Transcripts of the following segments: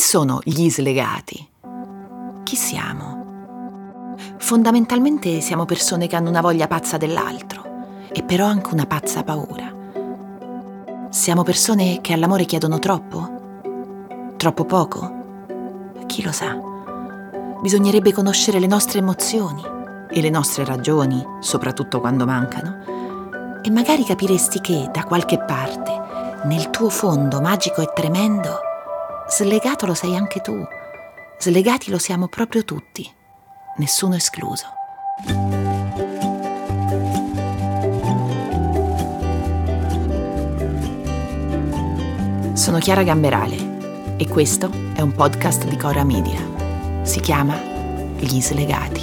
sono gli slegati? Chi siamo? Fondamentalmente siamo persone che hanno una voglia pazza dell'altro e però anche una pazza paura. Siamo persone che all'amore chiedono troppo? Troppo poco? Chi lo sa? Bisognerebbe conoscere le nostre emozioni e le nostre ragioni, soprattutto quando mancano, e magari capiresti che da qualche parte, nel tuo fondo magico e tremendo, slegato lo sei anche tu. Slegati lo siamo proprio tutti, nessuno escluso. Sono Chiara Gamberale e questo è un podcast di Cora Media. Si chiama Gli Slegati.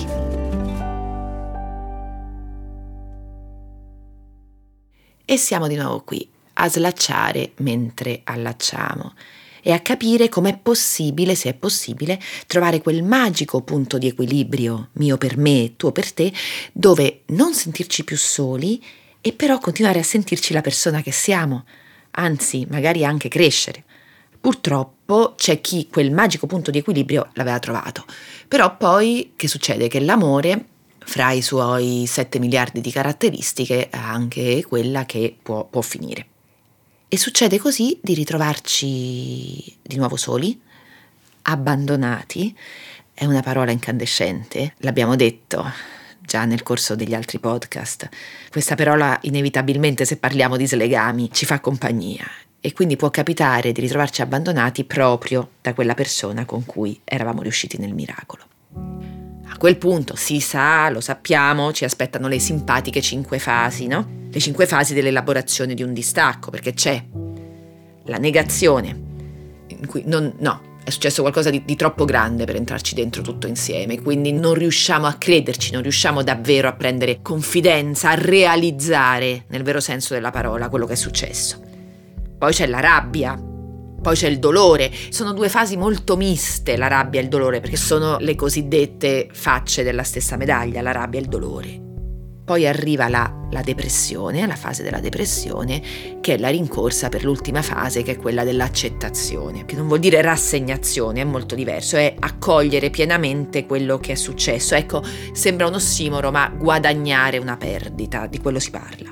E siamo di nuovo qui a slacciare mentre allacciamo e a capire com'è possibile, se è possibile, trovare quel magico punto di equilibrio, mio per me, tuo per te, dove non sentirci più soli e però continuare a sentirci la persona che siamo, anzi magari anche crescere. Purtroppo c'è chi quel magico punto di equilibrio l'aveva trovato, però poi che succede? Che l'amore, fra i suoi 7 miliardi di caratteristiche, ha anche quella che può finire. E succede così di ritrovarci di nuovo soli, abbandonati. È una parola incandescente, l'abbiamo detto già nel corso degli altri podcast. Questa parola inevitabilmente, se parliamo di slegami, ci fa compagnia e quindi può capitare di ritrovarci abbandonati proprio da quella persona con cui eravamo riusciti nel miracolo. A quel punto, si sa, lo sappiamo, ci aspettano le simpatiche 5 fasi, no? Le 5 fasi dell'elaborazione di un distacco, perché c'è la negazione, in cui è successo qualcosa di troppo grande per entrarci dentro tutto insieme, quindi non riusciamo a crederci, non riusciamo davvero a prendere confidenza, a realizzare nel vero senso della parola quello che è successo. Poi c'è la rabbia, poi c'è il dolore. Sono 2 fasi molto miste, la rabbia e il dolore, perché sono le cosiddette facce della stessa medaglia, la rabbia e il dolore. Poi arriva la depressione, la fase della depressione, che è la rincorsa per l'ultima fase, che è quella dell'accettazione, che non vuol dire rassegnazione, è molto diverso, è accogliere pienamente quello che è successo. Ecco, sembra un ossimoro, ma guadagnare una perdita, di quello si parla.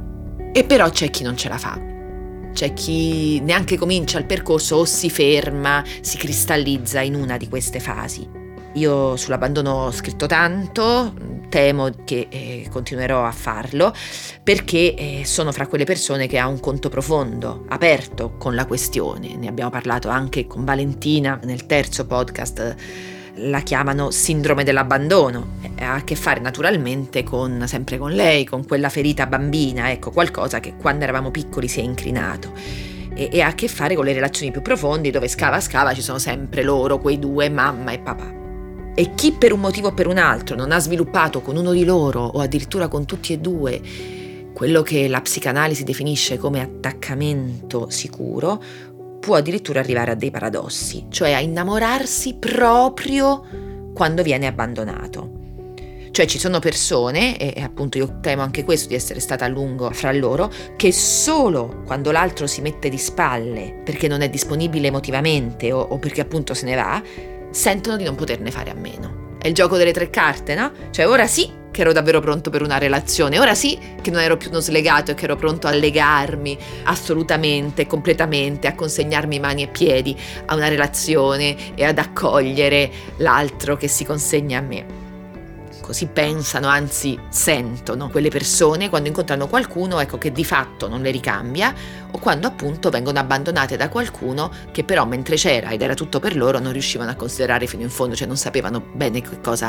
E però c'è chi non ce la fa. C'è chi neanche comincia il percorso o si ferma, si cristallizza in una di queste fasi. Io sull'abbandono ho scritto tanto, temo che continuerò a farlo, perché sono fra quelle persone che ha un conto profondo, aperto con la questione. Ne abbiamo parlato anche con Valentina nel terzo podcast, la chiamano sindrome dell'abbandono. Ha a che fare naturalmente sempre con lei, con quella ferita bambina, ecco, qualcosa che quando eravamo piccoli si è incrinato. E ha a che fare con le relazioni più profondi, dove scava ci sono sempre loro, quei 2, mamma e papà. E chi per un motivo o per un altro non ha sviluppato con uno di loro, o addirittura con tutti e 2, quello che la psicanalisi definisce come attaccamento sicuro, può addirittura arrivare a dei paradossi, cioè a innamorarsi proprio quando viene abbandonato. Cioè ci sono persone, e appunto io temo anche questo di essere stata a lungo fra loro, che solo quando l'altro si mette di spalle perché non è disponibile emotivamente o perché appunto se ne va, sentono di non poterne fare a meno. È il gioco delle 3 carte, no? Cioè ora sì che ero davvero pronto per una relazione, ora sì che non ero più uno slegato e che ero pronto a legarmi assolutamente, completamente, a consegnarmi mani e piedi a una relazione e ad accogliere l'altro che si consegna a me. Così pensano, anzi sentono quelle persone quando incontrano qualcuno, ecco, che di fatto non le ricambia, o quando appunto vengono abbandonate da qualcuno che però mentre c'era ed era tutto per loro non riuscivano a considerare fino in fondo, cioè non sapevano bene cosa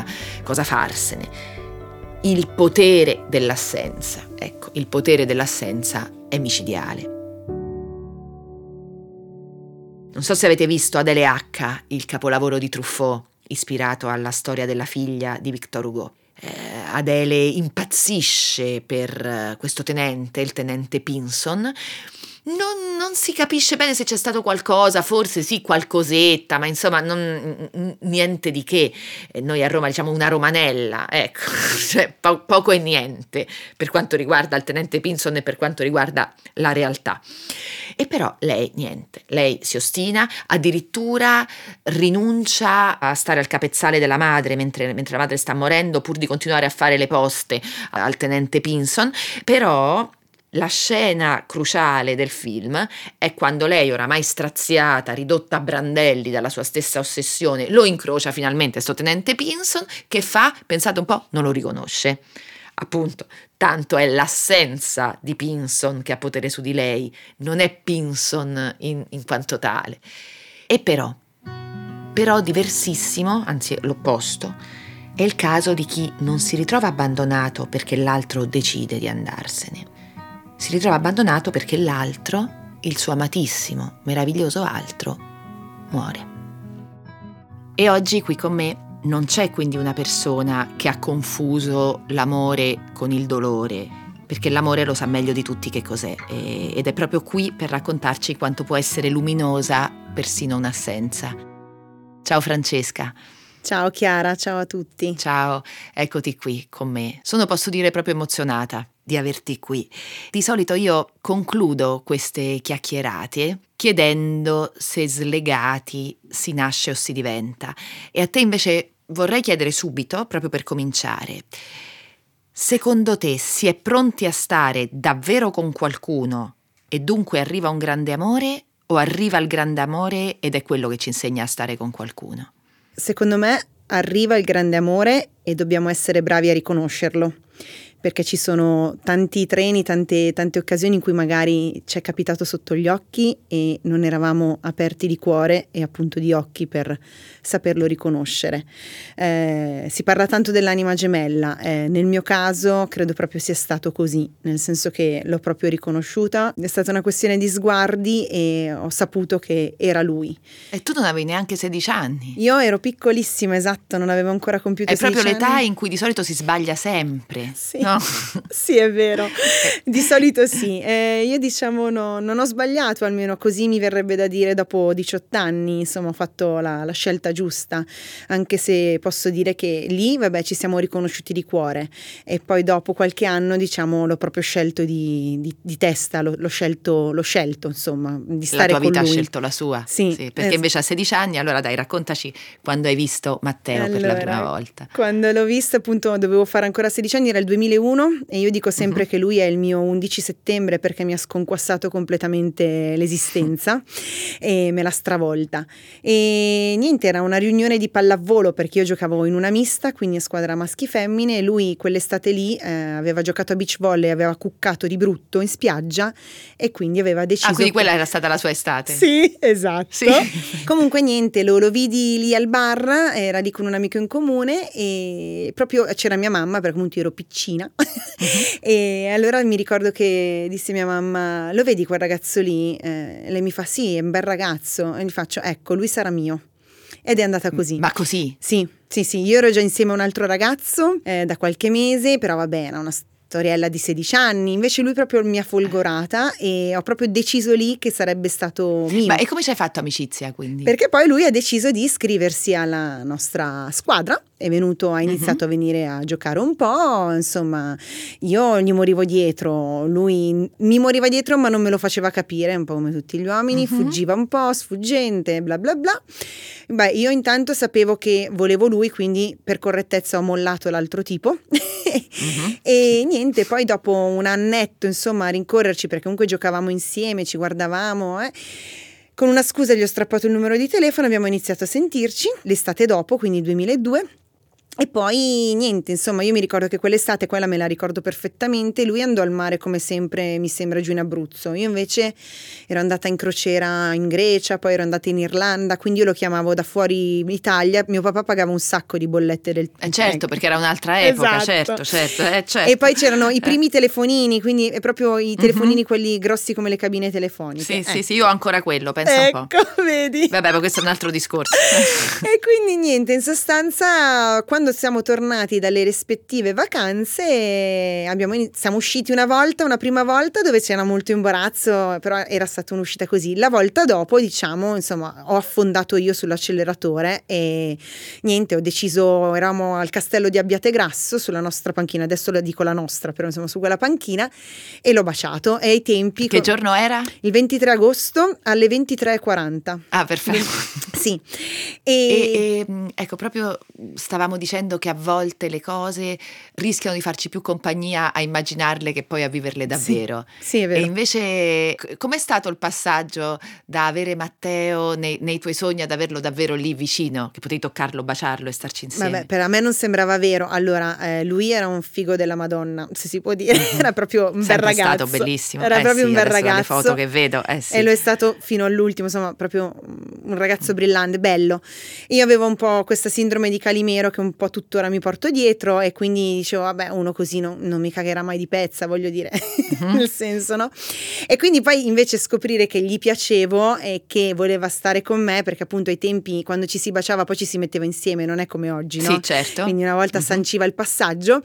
farsene. Il potere dell'assenza, ecco, il potere dell'assenza è micidiale. Non so se avete visto Adèle H, il capolavoro di Truffaut, ispirato alla storia della figlia di Victor Hugo. Adèle impazzisce per questo tenente, il tenente Pinson, Non si capisce bene se c'è stato qualcosa, forse sì, qualcosetta, ma insomma niente di che. Noi a Roma diciamo una romanella, ecco, cioè poco e niente per quanto riguarda il tenente Pinson e per quanto riguarda la realtà. E però lei niente, lei si ostina, addirittura rinuncia a stare al capezzale della madre mentre la madre sta morendo pur di continuare a fare le poste al tenente Pinson, però la scena cruciale del film è quando lei, oramai straziata, ridotta a brandelli dalla sua stessa ossessione, lo incrocia finalmente sto tenente Pinson, che fa, pensate un po', non lo riconosce. Appunto, tanto è l'assenza di Pinson che ha potere su di lei, non è Pinson in quanto tale. E però diversissimo, anzi l'opposto, è il caso di chi non si ritrova abbandonato perché l'altro decide di andarsene. Si ritrova abbandonato perché l'altro, il suo amatissimo, meraviglioso altro, muore. E oggi qui con me non c'è quindi una persona che ha confuso l'amore con il dolore, perché l'amore lo sa meglio di tutti che cos'è, ed è proprio qui per raccontarci quanto può essere luminosa persino un'assenza. Ciao Francesca. Ciao Chiara, ciao a tutti. Ciao, eccoti qui con me. Sono, posso dire, proprio emozionata di averti qui. Di solito io concludo queste chiacchierate chiedendo se slegati si nasce o si diventa. E a te invece vorrei chiedere subito, proprio per cominciare, secondo te si è pronti a stare davvero con qualcuno e dunque arriva un grande amore, o arriva il grande amore ed è quello che ci insegna a stare con qualcuno? Secondo me arriva il grande amore e dobbiamo essere bravi a riconoscerlo, perché ci sono tanti treni, tante occasioni in cui magari ci è capitato sotto gli occhi e non eravamo aperti di cuore e appunto di occhi per saperlo riconoscere. Si parla tanto dell'anima gemella, nel mio caso credo proprio sia stato così, nel senso che l'ho proprio riconosciuta, è stata una questione di sguardi e ho saputo che era lui. E tu non avevi neanche 16 anni? Io ero piccolissima, esatto, non avevo ancora compiuto 16 anni. È proprio l'età in cui di solito si sbaglia sempre, sì. No? Sì, è vero, di solito sì. Io diciamo non ho sbagliato, almeno così mi verrebbe da dire dopo 18 anni, insomma ho fatto la scelta giusta, anche se posso dire che lì, vabbè, ci siamo riconosciuti di cuore e poi dopo qualche anno, diciamo, l'ho proprio scelto di testa, l'ho scelto, insomma, di stare con lui. La tua vita ha scelto la sua? Sì. Perché invece a 16 anni, allora dai, raccontaci quando hai visto Matteo per la prima volta. Quando l'ho visto, appunto, dovevo fare ancora 16 anni, era il 2001 e io dico sempre che lui è il mio 11 settembre perché mi ha sconquassato completamente l'esistenza e me l'ha stravolta. E niente, era una riunione di pallavolo perché io giocavo in una mista, quindi a squadra maschi-femmine, e lui quell'estate lì aveva giocato a beach volley, aveva cuccato di brutto in spiaggia e quindi aveva deciso... quindi quella era stata la sua estate? Sì, esatto. Sì. Comunque niente, lo vidi lì al bar, era lì con un amico in comune e proprio c'era mia mamma perché comunque io ero piccina. E allora mi ricordo che disse mia mamma: lo vedi quel ragazzo lì? Lei mi fa: sì, è un bel ragazzo, e gli faccio: ecco, lui sarà mio. Ed è andata così. Ma così? Sì, io ero già insieme a un altro ragazzo da qualche mese, però vabbè, era una storiella di 16 anni, invece lui proprio mi ha folgorata e ho proprio deciso lì che sarebbe stato mio. Ma e come ci hai fatto amicizia quindi? Perché poi lui ha deciso di iscriversi alla nostra squadra, è venuto, ha iniziato a venire a giocare un po', insomma io gli morivo dietro, lui mi moriva dietro ma non me lo faceva capire, un po' come tutti gli uomini, fuggiva un po', sfuggente, bla bla bla. Beh, io intanto sapevo che volevo lui, quindi per correttezza ho mollato l'altro tipo e niente, poi dopo un annetto insomma a rincorrerci perché comunque giocavamo insieme, ci guardavamo, con una scusa gli ho strappato il numero di telefono, abbiamo iniziato a sentirci l'estate dopo, quindi 2002. E poi niente, insomma io mi ricordo che quell'estate, quella me la ricordo perfettamente, lui andò al mare come sempre, mi sembra giù in Abruzzo, io invece ero andata in crociera in Grecia, poi ero andata in Irlanda, quindi io lo chiamavo da fuori Italia, mio papà pagava un sacco di bollette del... certo, perché era un'altra epoca, esatto. certo. E poi c'erano i primi telefonini, quindi è proprio i telefonini quelli grossi come le cabine telefoniche. Sì, io ho ancora quello, pensa un po'. Ecco, vedi? Vabbè, ma questo è un altro discorso. E quindi niente, in sostanza... quando siamo tornati dalle rispettive vacanze siamo usciti una prima volta dove c'era molto imbarazzo, però era stata un'uscita così. La volta dopo, diciamo, insomma, ho affondato io sull'acceleratore e niente, ho deciso, eravamo al castello di Abbiategrasso sulla nostra panchina, adesso la dico la nostra, però insomma su quella panchina, e l'ho baciato. E ai tempi... Che giorno era? Il 23 agosto alle 23:40. Ah, perfetto. Sì. E ecco, proprio stavamo dicendo che a volte le cose rischiano di farci più compagnia a immaginarle che poi a viverle davvero. Sì, è vero. E invece com'è stato il passaggio da avere Matteo nei tuoi sogni ad averlo davvero lì vicino, che potevi toccarlo, baciarlo e starci insieme? Vabbè, per me non sembrava vero. Allora, lui era un figo della Madonna, se si può dire, era proprio un bel ragazzo. È stato bellissimo. Era proprio sì, un bel ragazzo. Le foto che vedo, sì. E lo è stato fino all'ultimo, insomma, proprio un ragazzo brillante, bello. Io avevo un po' questa sindrome di Calimero che un po' tuttora mi porto dietro, e quindi dicevo, vabbè, uno così non mi cagherà mai di pezza, voglio dire, nel senso, no? E quindi poi invece scoprire che gli piacevo e che voleva stare con me, perché appunto ai tempi quando ci si baciava poi ci si metteva insieme, non è come oggi, no? Sì, certo. Quindi una volta sanciva il passaggio,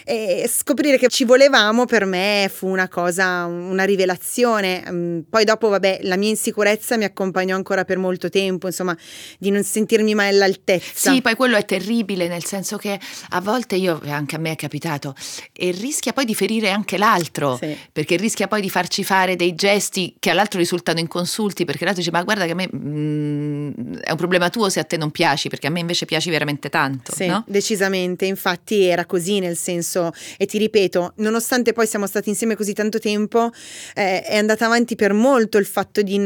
e scoprire che ci volevamo per me fu una cosa, una rivelazione. Poi dopo, vabbè, la mia insicurezza mi accompagnò ancora per molto tempo, insomma, di non sentirmi mai all'altezza. Sì, poi quello è terribile, nel senso che a volte anche a me è capitato, e rischia poi di ferire anche l'altro, Sì. perché rischia poi di farci fare dei gesti che all'altro risultano inconsulti, perché l'altro dice, ma guarda che a me è un problema tuo se a te non piaci, perché a me invece piaci veramente tanto. Sì, no? Decisamente, infatti era così, nel senso, e ti ripeto, nonostante poi siamo stati insieme così tanto tempo, è andata avanti per molto il fatto di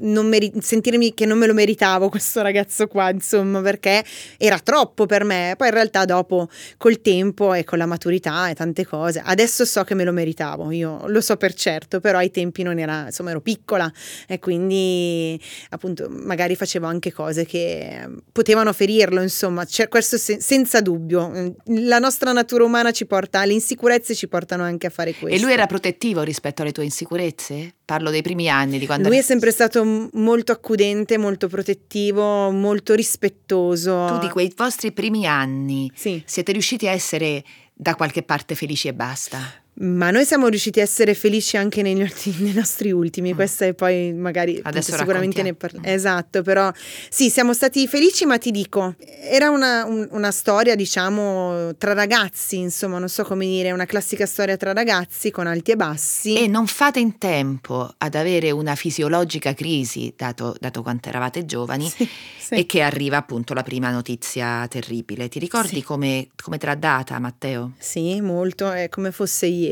sentirmi che non me lo meritavo questo ragazzo qua, insomma, perché era troppo per me. Poi in realtà dopo, col tempo e con la maturità e tante cose, adesso so che me lo meritavo, io lo so per certo, però ai tempi non era, insomma, ero piccola e quindi appunto magari facevo anche cose che potevano ferirlo, insomma, questo senza dubbio. La nostra natura umana ci porta, le insicurezze ci portano anche a fare questo. E lui era protettivo rispetto alle tue insicurezze? Parlo dei primi anni, di quando... Lui è sempre stato molto accudente, molto protettivo, molto rispettoso. Tu di quei vostri primi anni Sì. siete riusciti a essere da qualche parte felici e basta? Ma noi siamo riusciti a essere felici anche nei nostri ultimi, questa è poi magari adesso sicuramente ne parliamo. Esatto, però sì, siamo stati felici, ma ti dico, era una storia, diciamo, tra ragazzi, insomma, non so come dire, una classica storia tra ragazzi con alti e bassi. E non fate in tempo ad avere una fisiologica crisi, dato quanto eravate giovani, Sì. e che arriva appunto la prima notizia terribile. Ti ricordi Sì. come te l'ha data, Matteo? Sì, molto, è come fosse ieri.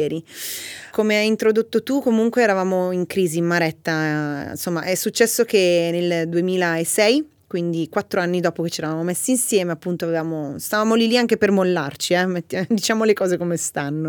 Come hai introdotto tu, comunque eravamo in crisi, in maretta, insomma, è successo che nel 2006, quindi 4 anni dopo che ci eravamo messi insieme, appunto stavamo lì anche per mollarci, diciamo le cose come stanno,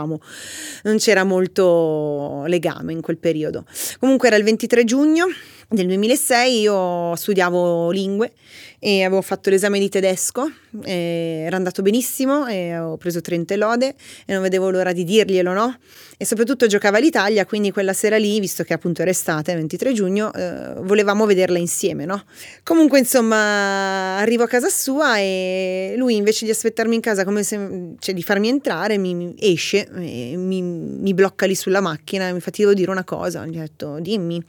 non c'era molto legame in quel periodo. Comunque era il 23 giugno del 2006, io studiavo lingue e avevo fatto l'esame di tedesco, era andato benissimo e avevo preso 30 lode e non vedevo l'ora di dirglielo, no? E soprattutto giocava l'Italia, quindi quella sera lì, visto che appunto era estate, 23 giugno, volevamo vederla insieme, no? Comunque, insomma, arrivo a casa sua e lui, invece di aspettarmi in casa, cioè di farmi entrare, mi esce e mi blocca lì sulla macchina e mi fa: ti devo dire una cosa. Gli ho detto: dimmi.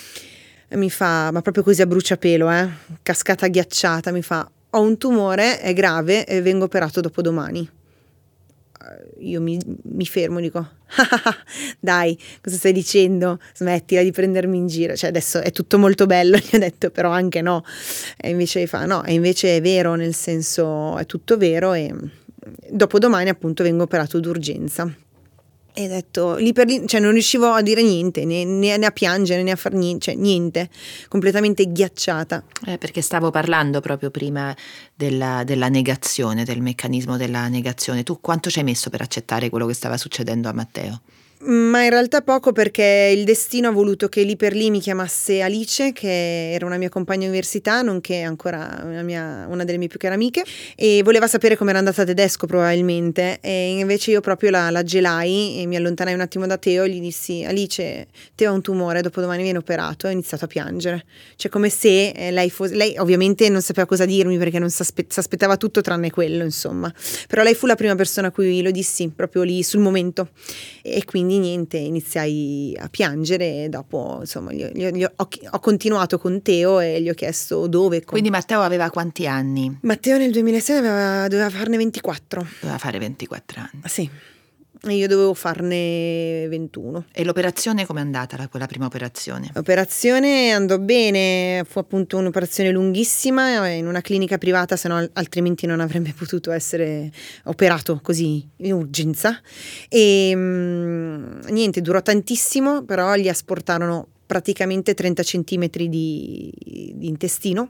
E mi fa, ma proprio così a bruciapelo, cascata ghiacciata, mi fa: ho un tumore, è grave e vengo operato dopodomani. Io mi fermo e dico: dai, cosa stai dicendo? Smettila di prendermi in giro, cioè adesso è tutto molto bello, gli ho detto, però anche no. E invece fa: no, e invece è vero, nel senso è tutto vero e dopodomani appunto vengo operato d'urgenza. E ho detto, lì per lì, cioè non riuscivo a dire niente, né a piangere, né a far niente, cioè niente, completamente ghiacciata. Perché stavo parlando proprio prima della negazione, del meccanismo della negazione. Tu quanto ci hai messo per accettare quello che stava succedendo a Matteo? Ma in realtà poco, perché il destino ha voluto che lì per lì mi chiamasse Alice, che era una mia compagna università, nonché ancora una delle mie più care amiche, e voleva sapere come era andata a tedesco probabilmente, e invece io proprio la gelai e mi allontanai un attimo da Teo e gli dissi: Alice, Teo ha un tumore, dopodomani viene operato, e ho iniziato a piangere, cioè come se lei ovviamente non sapeva cosa dirmi, perché non s'aspettava tutto tranne quello, insomma, però lei fu la prima persona a cui lo dissi proprio lì sul momento, e quindi niente, iniziai a piangere, e dopo insomma ho continuato con Teo e gli ho chiesto dove. Quindi Matteo aveva quanti anni? Matteo nel 2006 doveva farne 24. Doveva fare 24 anni. Sì, e io dovevo farne 21. E l'operazione com'è andata, quella prima operazione? L'operazione andò bene, fu appunto un'operazione lunghissima in una clinica privata, se no altrimenti non avrebbe potuto essere operato così in urgenza, e niente, durò tantissimo, però gli asportarono praticamente 30 centimetri di intestino.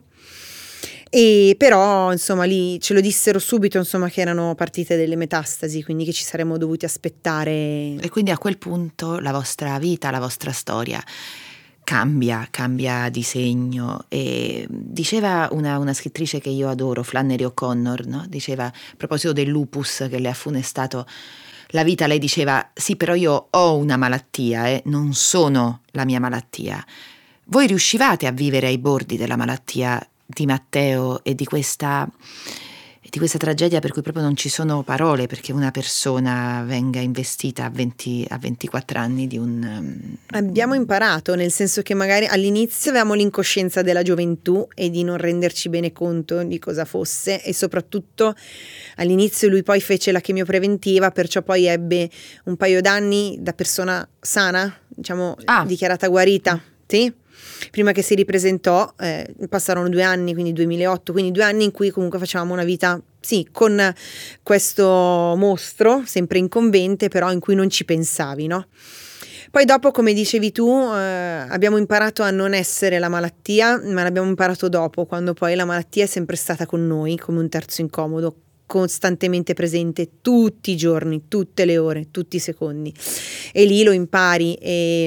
E però insomma lì ce lo dissero subito, insomma, che erano partite delle metastasi, quindi che ci saremmo dovuti aspettare. E quindi a quel punto la vostra vita, la vostra storia cambia di segno. E diceva una scrittrice che io adoro, Flannery O'Connor, no? Diceva, a proposito del lupus che le ha funestato la vita, lei diceva: sì, però io ho una malattia, non sono la mia malattia. Voi riuscivate a vivere ai bordi della malattia di Matteo e di questa tragedia per cui proprio non ci sono parole perché una persona venga investita a 24 anni di un... Abbiamo imparato, nel senso che magari all'inizio avevamo l'incoscienza della gioventù e di non renderci bene conto di cosa fosse, e soprattutto all'inizio lui poi fece la chemio preventiva, perciò poi ebbe un paio d'anni da persona sana, diciamo, dichiarata guarita, sì? Prima che si ripresentò, passarono 2 anni, quindi 2008, quindi 2 anni in cui comunque facevamo una vita, sì, con questo mostro, sempre incombente, però in cui non ci pensavi, no? Poi dopo, come dicevi tu, abbiamo imparato a non essere la malattia, ma l'abbiamo imparato dopo, quando poi la malattia è sempre stata con noi, come un terzo incomodo, costantemente presente tutti i giorni, tutte le ore, tutti i secondi, e lì lo impari,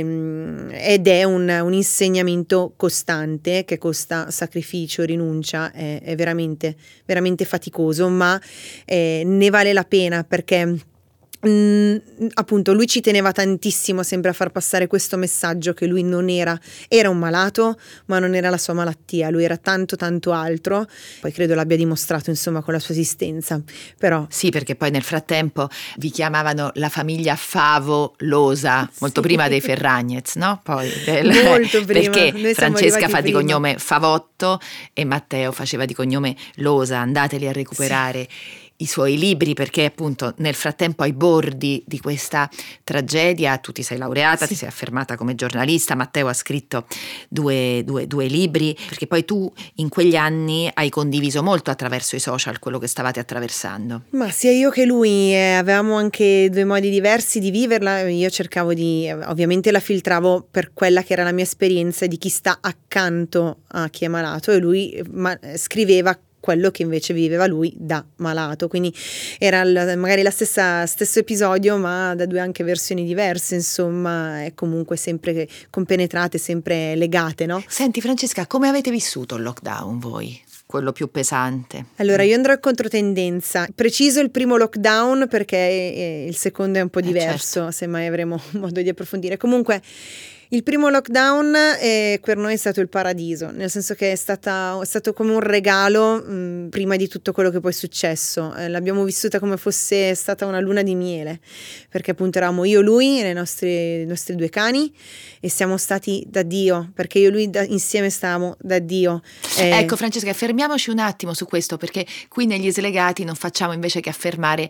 ed è un insegnamento costante che costa sacrificio, rinuncia, è veramente, veramente faticoso, ma ne vale la pena, perché appunto lui ci teneva tantissimo sempre a far passare questo messaggio, che lui non era un malato, ma non era la sua malattia, lui era tanto altro. Poi credo l'abbia dimostrato, insomma, con la sua esistenza. Però sì, perché poi nel frattempo vi chiamavano la famiglia Favolosa, molto prima dei Ferragnez, no? Poi molto prima, perché Francesca fa di cognome Favotto e Matteo faceva di cognome Losa. Andateli a recuperare i suoi libri, perché appunto nel frattempo ai bordi di questa tragedia tu ti sei laureata, ti sei affermata come giornalista, Matteo ha scritto due libri, perché poi tu in quegli anni hai condiviso molto attraverso i social quello che stavate attraversando. Ma sia io che lui avevamo anche 2 modi diversi di viverla. Io cercavo ovviamente la filtravo per quella che era la mia esperienza di chi sta accanto a chi è malato, e lui scriveva quello che invece viveva lui da malato, quindi era magari stesso episodio, ma da 2 anche versioni diverse, insomma, è comunque sempre compenetrate, sempre legate, no? Senti Francesca, come avete vissuto il lockdown voi? Quello più pesante. Allora, io andrò in controtendenza. Preciso il primo lockdown, perché il secondo è un po' diverso, certo. Se mai avremo modo di approfondire. Comunque, il primo lockdown per noi è stato il paradiso, nel senso che è stato come un regalo prima di tutto quello che poi è successo. L'abbiamo vissuta come fosse stata una luna di miele, perché appunto eravamo io, lui e i nostri 2 cani, e siamo stati da Dio, perché io e lui insieme stavamo da Dio. Ecco Francesca, fermiamoci un attimo su questo, perché qui negli Slegati non facciamo invece che affermare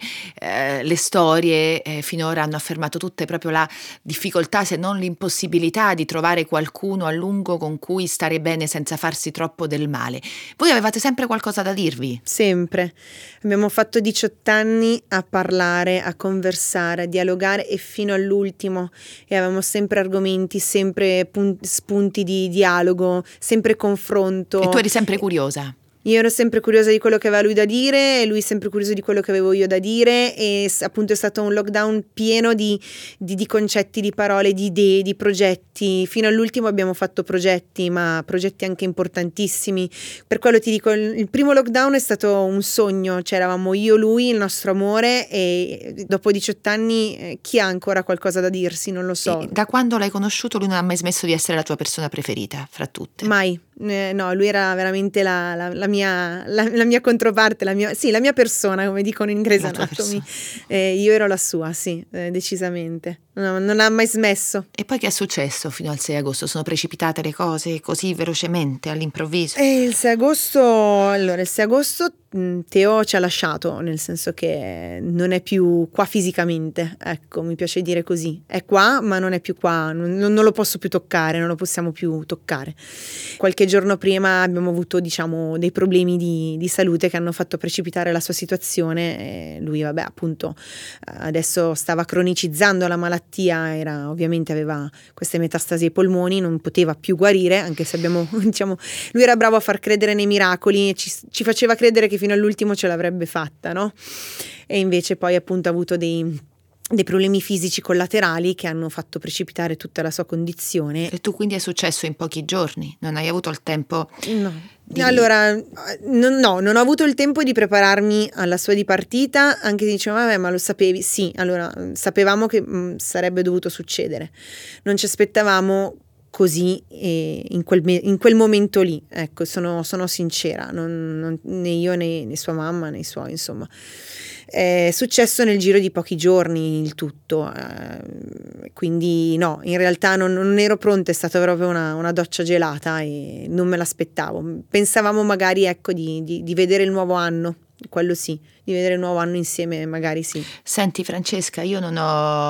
le storie, finora hanno affermato tutte proprio la difficoltà, se non l'impossibilità di trovare qualcuno a lungo con cui stare bene senza farsi troppo del male. Voi avevate sempre qualcosa da dirvi? Sempre. Abbiamo fatto 18 anni a parlare, a conversare, a dialogare, e fino all'ultimo, e avevamo sempre argomenti, sempre spunti di dialogo, sempre confronto. E tu eri sempre curiosa? Io ero sempre curiosa di quello che aveva lui da dire e lui sempre curioso di quello che avevo io da dire, e appunto è stato un lockdown pieno di concetti, di parole, di idee, di progetti. Fino all'ultimo abbiamo fatto progetti, ma progetti anche importantissimi. Per quello ti dico, il primo lockdown è stato un sogno, cioè eravamo io, lui, il nostro amore, e dopo 18 anni chi ha ancora qualcosa da dirsi? Non lo so. E da quando l'hai conosciuto lui non ha mai smesso di essere la tua persona preferita fra tutte? Mai. No, lui era veramente la mia controparte, la mia persona, come dicono in Grey's Anatomy. Io ero la sua, sì, decisamente. No, non ha mai smesso. E poi che è successo fino al 6 agosto? Sono precipitate le cose così velocemente, all'improvviso? Il 6 agosto, Teo ci ha lasciato, nel senso che non è più qua fisicamente, ecco, mi piace dire così. È qua, ma non è più qua, non lo posso più toccare, non lo possiamo più toccare. Qualche giorno prima abbiamo avuto, diciamo, dei problemi di salute che hanno fatto precipitare la sua situazione, e lui, vabbè, appunto, adesso stava cronicizzando la malattia, ovviamente aveva queste metastasi ai polmoni, non poteva più guarire, anche se abbiamo, diciamo, lui era bravo a far credere nei miracoli e ci faceva credere che fino all'ultimo ce l'avrebbe fatta, no? E invece poi appunto ha avuto dei problemi fisici collaterali che hanno fatto precipitare tutta la sua condizione. E tu quindi è successo in pochi giorni? Non hai avuto il tempo? No. Allora, non ho avuto il tempo di prepararmi alla sua dipartita, anche se dicevo, vabbè, ma lo sapevi? Sì, allora, sapevamo che sarebbe dovuto succedere. Non ci aspettavamo così in quel momento lì, ecco, sono sincera, né io né sua mamma né i suoi, insomma. È successo nel giro di pochi giorni il tutto, quindi no, in realtà non ero pronta, è stata proprio una doccia gelata e non me l'aspettavo. Pensavamo magari, ecco, di vedere il nuovo anno, quello sì, di vedere il nuovo anno insieme, magari sì. Senti Francesca, io non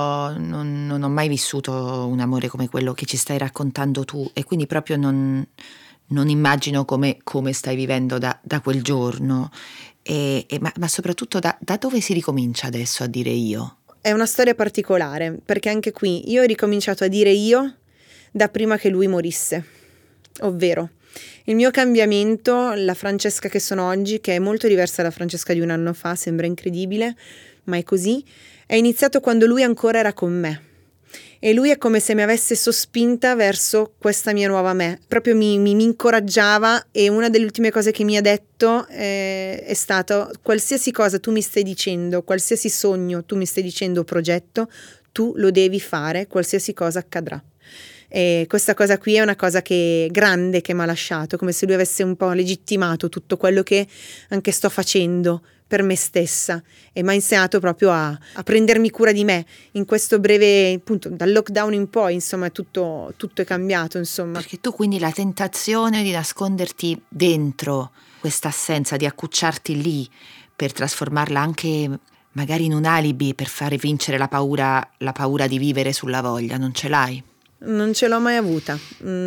ho mai vissuto un amore come quello che ci stai raccontando tu, e quindi proprio non immagino come stai vivendo da quel giorno, ma soprattutto da dove si ricomincia adesso a dire io? È una storia particolare, perché anche qui io ho ricominciato a dire io da prima che lui morisse, ovvero il mio cambiamento, la Francesca che sono oggi, che è molto diversa dalla Francesca di un anno fa, sembra incredibile, ma è così, è iniziato quando lui ancora era con me. E lui è come se mi avesse sospinta verso questa mia nuova me, proprio mi incoraggiava, e una delle ultime cose che mi ha detto è stato: qualsiasi cosa tu mi stai dicendo, qualsiasi sogno tu mi stai dicendo, progetto, tu lo devi fare, qualsiasi cosa accadrà. E questa cosa qui è una cosa grande che mi ha lasciato, come se lui avesse un po' legittimato tutto quello che anche sto facendo per me stessa, e mi ha insegnato proprio a prendermi cura di me in questo breve, appunto, dal lockdown in poi, insomma, tutto è cambiato, insomma. Perché tu quindi la tentazione di nasconderti dentro questa assenza, di accucciarti lì per trasformarla anche magari in un alibi per fare vincere la paura di vivere sulla voglia, non ce l'hai? Non ce l'ho mai avuta.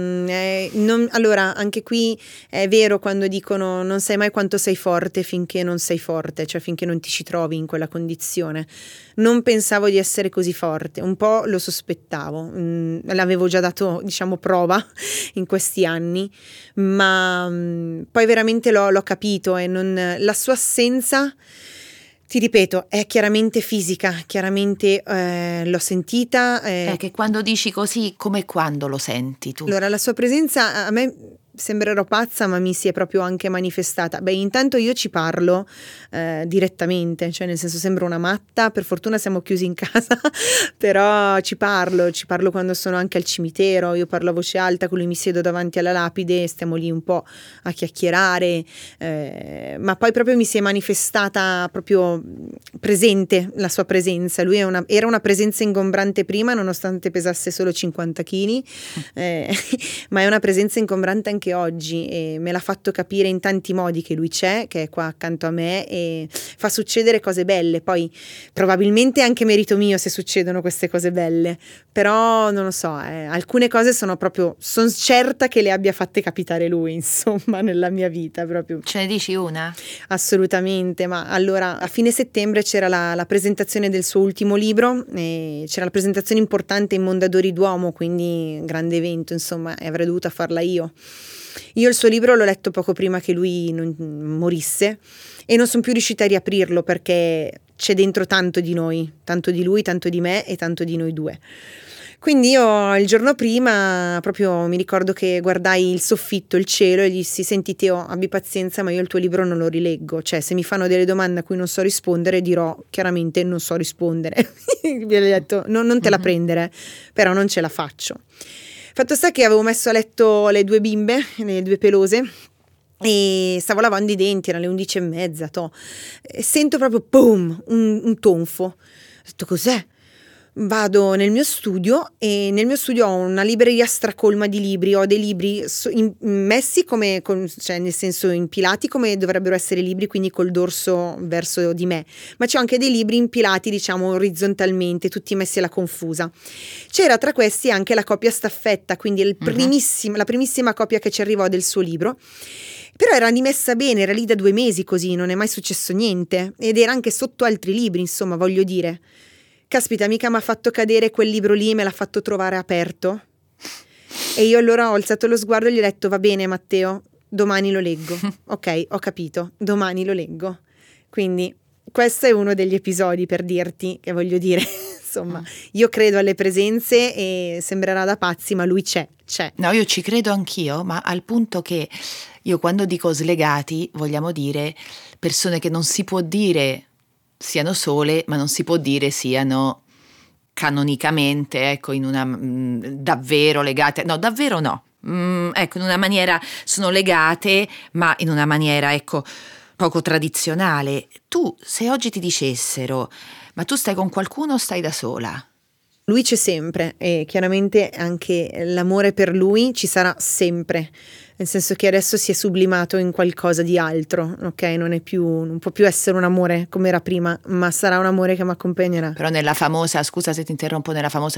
Allora, anche qui è vero quando dicono non sai mai quanto sei forte finché non sei forte, cioè finché non ti ci trovi in quella condizione. Non pensavo di essere così forte, un po' lo sospettavo, l'avevo già dato, diciamo, prova in questi anni, ma poi veramente l'ho capito, e la sua assenza, ti ripeto, è chiaramente fisica, chiaramente l'ho sentita. Che quando dici così, come quando lo senti tu? Allora, la sua presenza, a me sembrerò pazza, ma mi si è proprio anche manifestata. Beh, intanto io ci parlo direttamente, cioè nel senso sembro una matta, per fortuna siamo chiusi in casa, però ci parlo quando sono anche al cimitero, io parlo a voce alta, con lui mi siedo davanti alla lapide, stiamo lì un po' a chiacchierare, ma poi proprio mi si è manifestata proprio presente la sua presenza. Lui era una presenza ingombrante prima, nonostante pesasse solo 50 kg, ma è una presenza ingombrante anche oggi, e me l'ha fatto capire in tanti modi che lui c'è, che è qua accanto a me e fa succedere cose belle. Poi probabilmente è anche merito mio se succedono queste cose belle, però non lo so, alcune cose sono certa che le abbia fatte capitare lui, insomma, nella mia vita proprio. Ce ne dici una? Assolutamente, ma allora a fine settembre c'era la presentazione del suo ultimo libro, e c'era la presentazione importante in Mondadori Duomo, quindi grande evento, insomma, e avrei dovuto farla io. Io il suo libro l'ho letto poco prima che lui non morisse e non sono più riuscita a riaprirlo perché c'è dentro tanto di noi, tanto di lui, tanto di me e tanto di noi due. Quindi io il giorno prima proprio mi ricordo che guardai il soffitto, il cielo e gli dissi: senti Teo, abbi pazienza, ma io il tuo libro non lo rileggo, cioè se mi fanno delle domande a cui non so rispondere dirò chiaramente non so rispondere. Vi ho detto non te la prendere, però non ce la faccio. Fatto sta che avevo messo a letto le due bimbe, le due pelose, e stavo lavando i denti, erano le 11:30, e sento proprio boom, un tonfo. Ho detto cos'è? Vado nel mio studio e nel mio studio ho una libreria stracolma di libri, ho dei libri messi come, cioè nel senso impilati come dovrebbero essere libri, quindi col dorso verso di me, ma c'è anche dei libri impilati diciamo orizzontalmente, tutti messi alla confusa. C'era tra questi anche la copia staffetta, quindi la primissima copia che ci arrivò del suo libro. Però era rimessa bene, era lì da 2 mesi così, non è mai successo niente, ed era anche sotto altri libri, insomma, voglio dire. Caspita, mica mi ha fatto cadere quel libro lì, me l'ha fatto trovare aperto. E io allora ho alzato lo sguardo e gli ho detto: va bene Matteo, domani lo leggo. Ok, ho capito, domani lo leggo. Quindi questo è uno degli episodi per dirti che voglio dire, insomma, io credo alle presenze e sembrerà da pazzi, ma lui c'è. No, io ci credo anch'io, ma al punto che io quando dico slegati vogliamo dire persone che non si può dire siano sole, ma non si può dire siano canonicamente, ecco, in una davvero legate, no, davvero no, ecco, in una maniera sono legate, ma in una maniera, ecco, poco tradizionale. Tu, se oggi ti dicessero, ma tu stai con qualcuno o stai da sola? Lui c'è sempre e chiaramente anche l'amore per lui ci sarà sempre, nel senso che adesso si è sublimato in qualcosa di altro, ok? Non può più essere un amore come era prima, ma sarà un amore che mi accompagnerà. Però nella famosa, scusa se ti interrompo,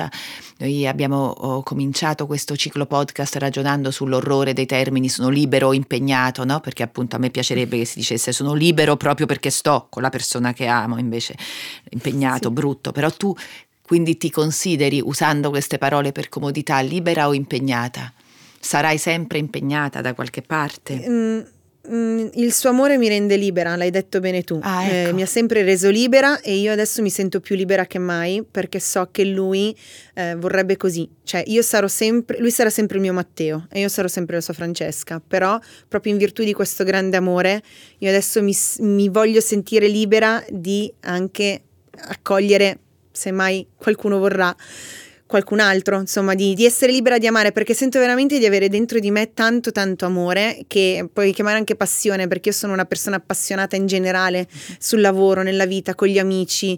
noi abbiamo cominciato questo ciclo podcast ragionando sull'orrore dei termini sono libero o impegnato, no? Perché appunto a me piacerebbe che si dicesse sono libero proprio perché sto con la persona che amo, invece impegnato, sì. Brutto, però tu quindi ti consideri, usando queste parole per comodità, libera o impegnata? Sarai sempre impegnata da qualche parte? Il suo amore mi rende libera, l'hai detto bene tu. Ecco. Mi ha sempre reso libera e io adesso mi sento più libera che mai perché so che lui vorrebbe così. Cioè lui sarà sempre il mio Matteo e io sarò sempre la sua Francesca, però proprio in virtù di questo grande amore io adesso mi voglio sentire libera di anche accogliere, se mai qualcuno vorrà, qualcun altro, insomma, di essere libera di amare, perché sento veramente di avere dentro di me tanto amore, che puoi chiamare anche passione, perché io sono una persona appassionata in generale sul lavoro, nella vita, con gli amici,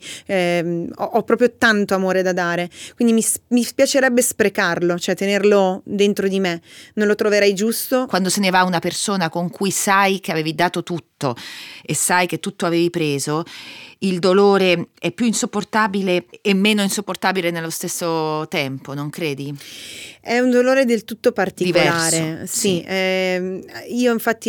ho proprio tanto amore da dare, quindi mi piacerebbe sprecarlo, cioè tenerlo dentro di me, non lo troverei giusto. Quando se ne va una persona con cui sai che avevi dato tutto e sai che tutto avevi preso, il dolore è più insopportabile e meno insopportabile nello stesso tempo, non credi? È un dolore del tutto particolare. Diverso, sì. Io infatti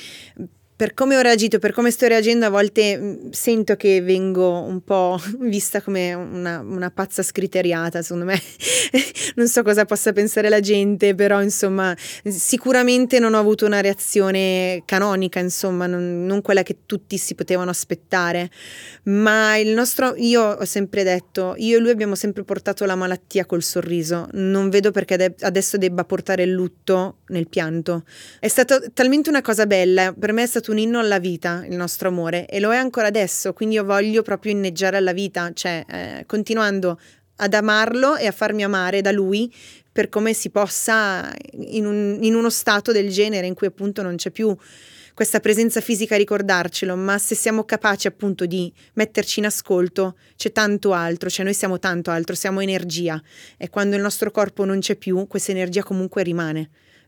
per come ho reagito, per come sto reagendo, a volte sento che vengo un po' vista come una pazza scriteriata, secondo me. Non so cosa possa pensare la gente, però insomma sicuramente non ho avuto una reazione canonica, insomma, non quella che tutti si potevano aspettare, ma io ho sempre detto, io e lui abbiamo sempre portato la malattia col sorriso, non vedo perché adesso debba portare il lutto nel pianto. È stato talmente una cosa bella, per me è stato un inno alla vita il nostro amore e lo è ancora adesso, quindi io voglio proprio inneggiare alla vita, cioè continuando ad amarlo e a farmi amare da lui per come si possa in uno stato del genere in cui appunto non c'è più questa presenza fisica a ricordarcelo, ma se siamo capaci appunto di metterci in ascolto c'è tanto altro, cioè noi siamo tanto altro, siamo energia e quando il nostro corpo non c'è più questa energia comunque rimane.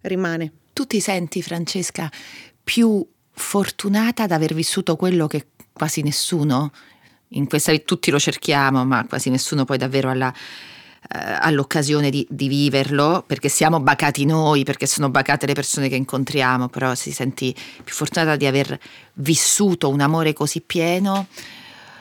Tu ti senti, Francesca, più fortunata ad aver vissuto quello che quasi nessuno in questa vita, tutti lo cerchiamo, ma quasi nessuno poi davvero all'occasione di viverlo, perché siamo bacati noi, perché sono bacate le persone che incontriamo, però si senti più fortunata di aver vissuto un amore così pieno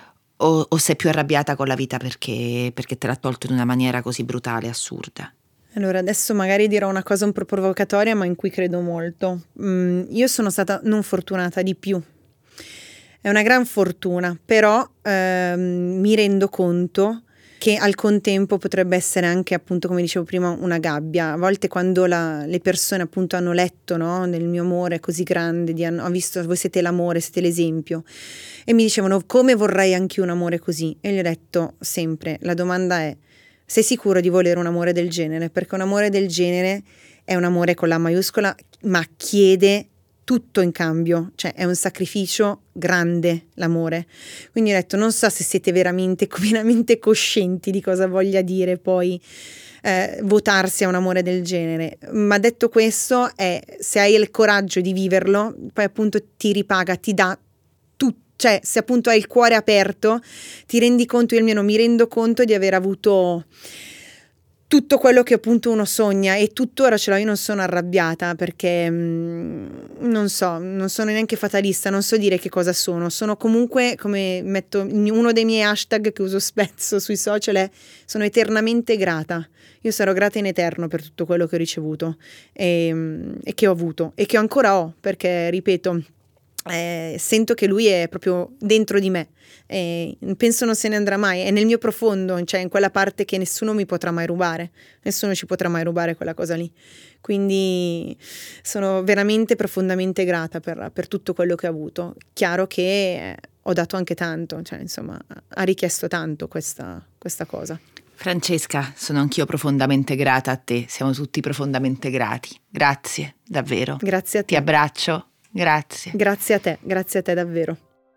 o sei più arrabbiata con la vita perché te l'ha tolto in una maniera così brutale, assurda? Allora, adesso magari dirò una cosa un po' provocatoria, ma in cui credo molto. Io sono stata non fortunata di più. È una gran fortuna, però mi rendo conto che al contempo potrebbe essere anche, appunto, come dicevo prima, una gabbia. A volte quando le persone appunto hanno letto, no, del mio amore così grande, ho visto, voi siete l'amore, siete l'esempio, e mi dicevano come vorrei anche un amore così, e gli ho detto sempre, la domanda è: sei sicuro di volere un amore del genere? Perché un amore del genere è un amore con la maiuscola, ma chiede tutto in cambio, cioè è un sacrificio grande l'amore. Quindi ho detto, non so se siete veramente pienamente coscienti di cosa voglia dire poi votarsi a un amore del genere, ma detto questo, se hai il coraggio di viverlo, poi appunto ti ripaga, ti dà tutto. Cioè, se appunto hai il cuore aperto, ti rendi conto, io almeno mi rendo conto di aver avuto tutto quello che appunto uno sogna, e tuttora ce l'ho. Io non sono arrabbiata perché non sono neanche fatalista, non so dire che cosa sono comunque, come metto uno dei miei hashtag che uso spesso sui social, è: sono eternamente grata. Io sarò grata in eterno per tutto quello che ho ricevuto e che ho avuto e che ancora ho, perché ripeto, sento che lui è proprio dentro di me, penso non se ne andrà mai, è nel mio profondo, cioè in quella parte che nessuno mi potrà mai rubare, nessuno ci potrà mai rubare quella cosa lì. Quindi sono veramente profondamente grata per tutto quello che ho avuto. Chiaro che ho dato anche tanto, cioè insomma ha richiesto tanto questa cosa. Francesca, sono anch'io profondamente grata a te, siamo tutti profondamente grati. Grazie, davvero. Grazie a te. Ti abbraccio. Grazie. Grazie a te davvero.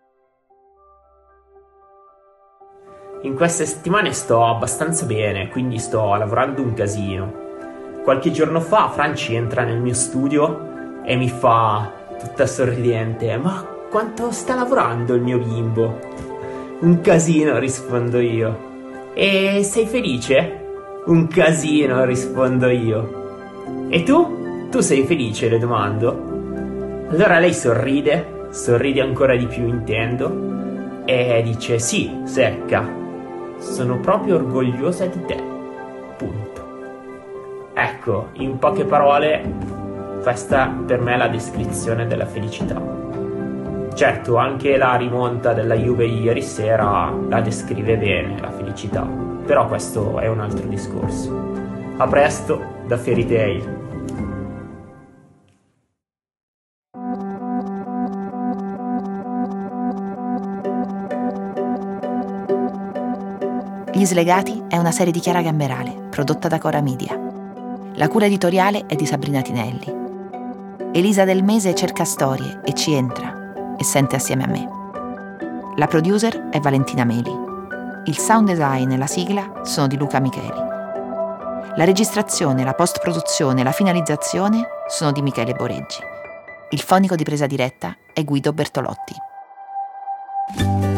In queste settimane sto abbastanza bene, quindi sto lavorando un casino. Qualche giorno fa Franci entra nel mio studio e mi fa, tutta sorridente: ma quanto sta lavorando il mio bimbo? Un casino, rispondo io. E sei felice? Un casino, rispondo io. E tu? Tu sei felice? Le domando. Allora lei sorride ancora di più, intendo, e dice: sì, secca, sono proprio orgogliosa di te, punto. Ecco, in poche parole, questa per me è la descrizione della felicità. Certo, anche la rimonta della Juve ieri sera la descrive bene, la felicità, però questo è un altro discorso. A presto da Fairy Tail. Gli Slegati è una serie di Chiara Gamberale, prodotta da Cora Media. La cura editoriale è di Sabrina Tinelli. Elisa Del Mese cerca storie e ci entra e sente assieme a me. La producer è Valentina Meli. Il sound design e la sigla sono di Luca Micheli. La registrazione, la post-produzione e la finalizzazione sono di Michele Boreggi. Il fonico di presa diretta è Guido Bertolotti.